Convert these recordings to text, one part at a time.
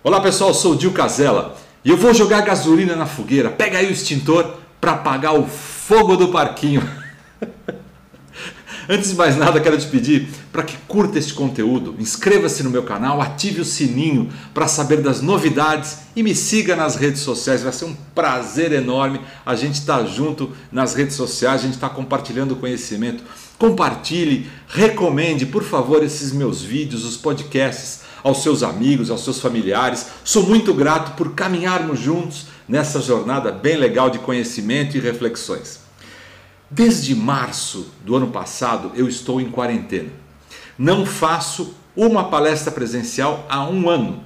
Olá pessoal, sou o Dil Casella e eu vou jogar gasolina na fogueira. Pega aí o extintor para apagar o fogo do parquinho. Antes de mais nada, quero te pedir para que curta este conteúdo, inscreva-se no meu canal, ative o sininho para saber das novidades e me siga nas redes sociais. Vai ser um prazer enorme a gente estar junto nas redes sociais, a gente está compartilhando conhecimento. Compartilhe, recomende, por favor, esses meus vídeos, os podcasts, aos seus amigos, aos seus familiares. Sou muito grato por caminharmos juntos nessa jornada bem legal de conhecimento e reflexões. Desde março do ano passado eu estou em quarentena. Não faço uma palestra presencial há um ano.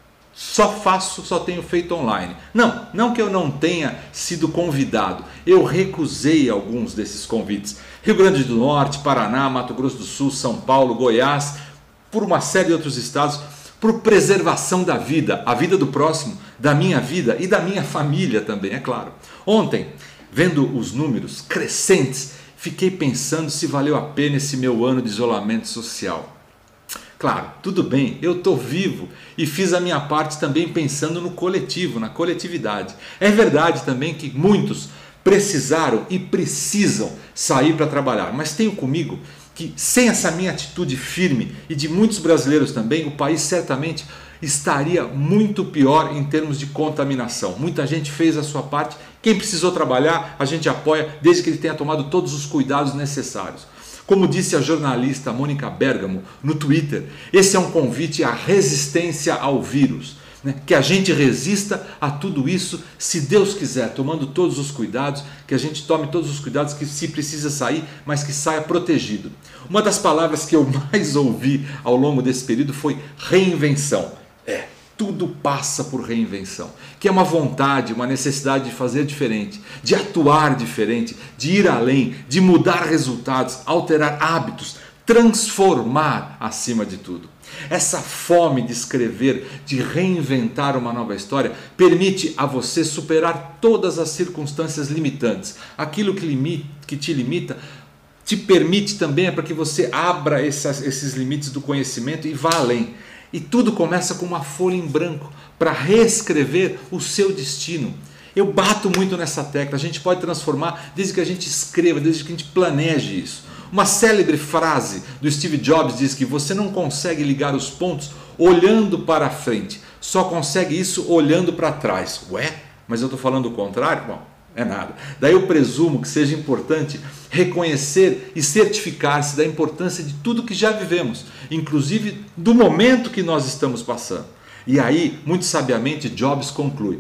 Só tenho feito online. Não que eu não tenha sido convidado. Eu recusei alguns desses convites. Rio Grande do Norte, Paraná, Mato Grosso do Sul, São Paulo, Goiás, por uma série de outros estados, por preservação da vida, a vida do próximo, da minha vida e da minha família também, é claro. Ontem, vendo os números crescentes, fiquei pensando se valeu a pena esse meu ano de isolamento social. Claro, tudo bem, eu estou vivo e fiz a minha parte também pensando no coletivo, na coletividade. É verdade também que muitos precisaram e precisam sair para trabalhar, mas tenho comigo que sem essa minha atitude firme e de muitos brasileiros também, o país certamente estaria muito pior em termos de contaminação. Muita gente fez a sua parte, quem precisou trabalhar a gente apoia desde que ele tenha tomado todos os cuidados necessários. Como disse a jornalista Mônica Bergamo no Twitter, esse é um convite à resistência ao vírus. Que a gente resista a tudo isso, se Deus quiser, tomando todos os cuidados, que a gente tome todos os cuidados, que se precisa sair, mas que saia protegido. Uma das palavras que eu mais ouvi ao longo desse período foi reinvenção. Tudo passa por reinvenção, que é uma vontade, uma necessidade de fazer diferente, de atuar diferente, de ir além, de mudar resultados, alterar hábitos, transformar acima de tudo. Essa fome de escrever, de reinventar uma nova história, permite a você superar todas as circunstâncias limitantes. Aquilo que te limita, te permite também para que você abra esses limites do conhecimento e vá além. E tudo começa com uma folha em branco para reescrever o seu destino. Eu bato muito nessa tecla, a gente pode transformar desde que a gente escreva, desde que a gente planeje isso. Uma célebre frase do Steve Jobs diz que você não consegue ligar os pontos olhando para frente, só consegue isso olhando para trás. Ué, mas eu estou falando o contrário? Bom, é nada. Daí eu presumo que seja importante reconhecer e certificar-se da importância de tudo que já vivemos, inclusive do momento que nós estamos passando. E aí, muito sabiamente, Jobs conclui: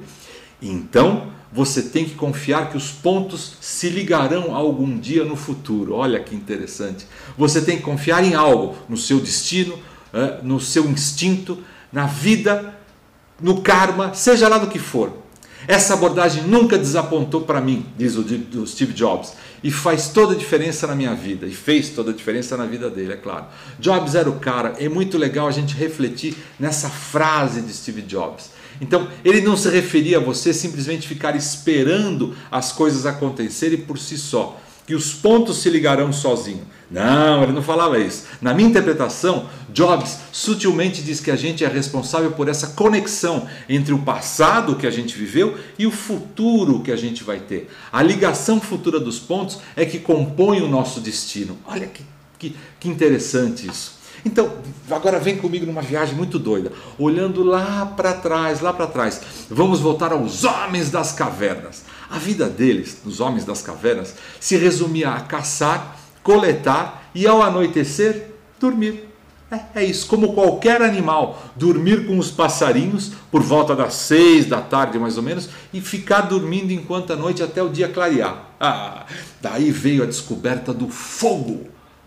então você tem que confiar que os pontos se ligarão algum dia no futuro. Olha que interessante. Você tem que confiar em algo, no seu destino, no seu instinto, na vida, no karma, seja lá do que for. Essa abordagem nunca desapontou para mim, diz o Steve Jobs, e faz toda a diferença na minha vida, e fez toda a diferença na vida dele, é claro. Jobs era o cara, é muito legal a gente refletir nessa frase de Steve Jobs. Então, ele não se referia a você simplesmente ficar esperando as coisas acontecerem por si só, que os pontos se ligarão sozinho. Não, ele não falava isso. Na minha interpretação, Jobs sutilmente diz que a gente é responsável por essa conexão entre o passado que a gente viveu e o futuro que a gente vai ter. A ligação futura dos pontos é que compõe o nosso destino. Olha que interessante isso. Então, agora vem comigo numa viagem muito doida, olhando lá para trás, vamos voltar aos homens das cavernas. A vida deles, dos homens das cavernas, se resumia a caçar, coletar e ao anoitecer, dormir. É isso, como qualquer animal, dormir com os passarinhos por volta das 6 da tarde mais ou menos e ficar dormindo enquanto a noite até o dia clarear. Daí veio a descoberta do fogo.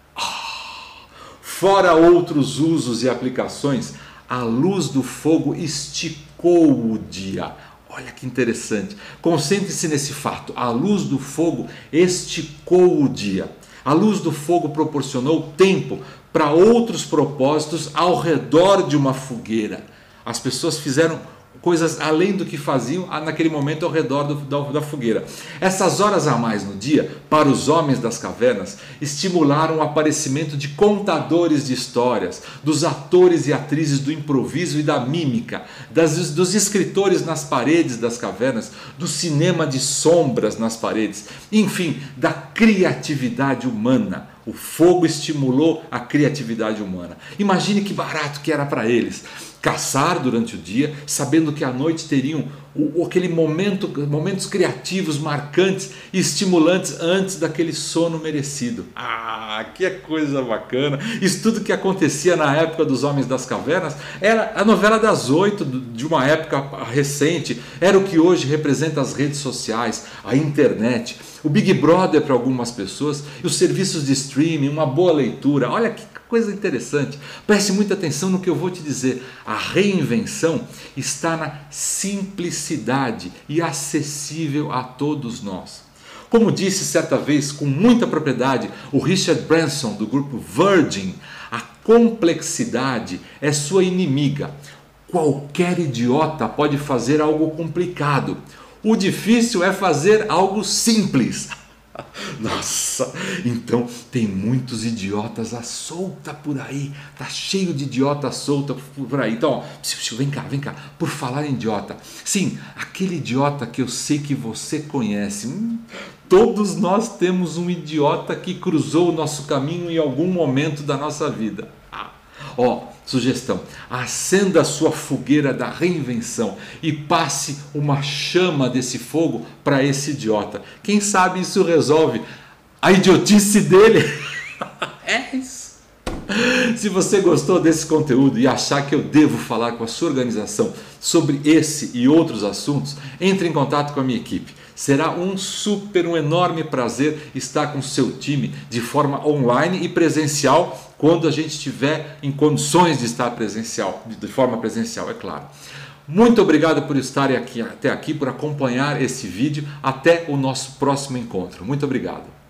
Fora outros usos e aplicações, a luz do fogo esticou o dia. Olha que interessante. Concentre-se nesse fato. A luz do fogo esticou o dia. A luz do fogo proporcionou tempo para outros propósitos ao redor de uma fogueira. As pessoas fizeram coisas além do que faziam naquele momento ao redor da fogueira. Essas horas a mais no dia, para os homens das cavernas, estimularam o aparecimento de contadores de histórias, dos atores e atrizes do improviso e da mímica, dos escritores nas paredes das cavernas, do cinema de sombras nas paredes, enfim, da criatividade humana. O fogo estimulou a criatividade humana. Imagine que barato que era para eles caçar durante o dia, sabendo que à noite teriam aquele momentos criativos, marcantes e estimulantes antes daquele sono merecido. Ah, que coisa bacana! Isso tudo que acontecia na época dos Homens das Cavernas era a novela das 8 de uma época recente, era o que hoje representa as redes sociais, a internet, o Big Brother para algumas pessoas e os serviços de streaming, uma boa leitura. Olha que coisa interessante. Preste muita atenção no que eu vou te dizer. A reinvenção está na simplicidade e acessível a todos nós. Como disse certa vez com muita propriedade o Richard Branson do grupo Virgin, a complexidade é sua inimiga. Qualquer idiota pode fazer algo complicado. O difícil é fazer algo simples. Nossa, então tem muitos idiotas à solta por aí, tá cheio de idiota à solta por aí. Então, ó, vem cá, por falar em idiota, sim, aquele idiota que eu sei que você conhece, todos nós temos um idiota que cruzou o nosso caminho em algum momento da nossa vida. Ó, sugestão, acenda a sua fogueira da reinvenção e passe uma chama desse fogo para esse idiota. Quem sabe isso resolve a idiotice dele. É isso. Se você gostou desse conteúdo e achar que eu devo falar com a sua organização sobre esse e outros assuntos, entre em contato com a minha equipe. Será um enorme prazer estar com o seu time de forma online e presencial quando a gente estiver em condições de estar presencial, de forma presencial, é claro. Muito obrigado por estarem até aqui, por acompanhar esse vídeo. Até o nosso próximo encontro. Muito obrigado.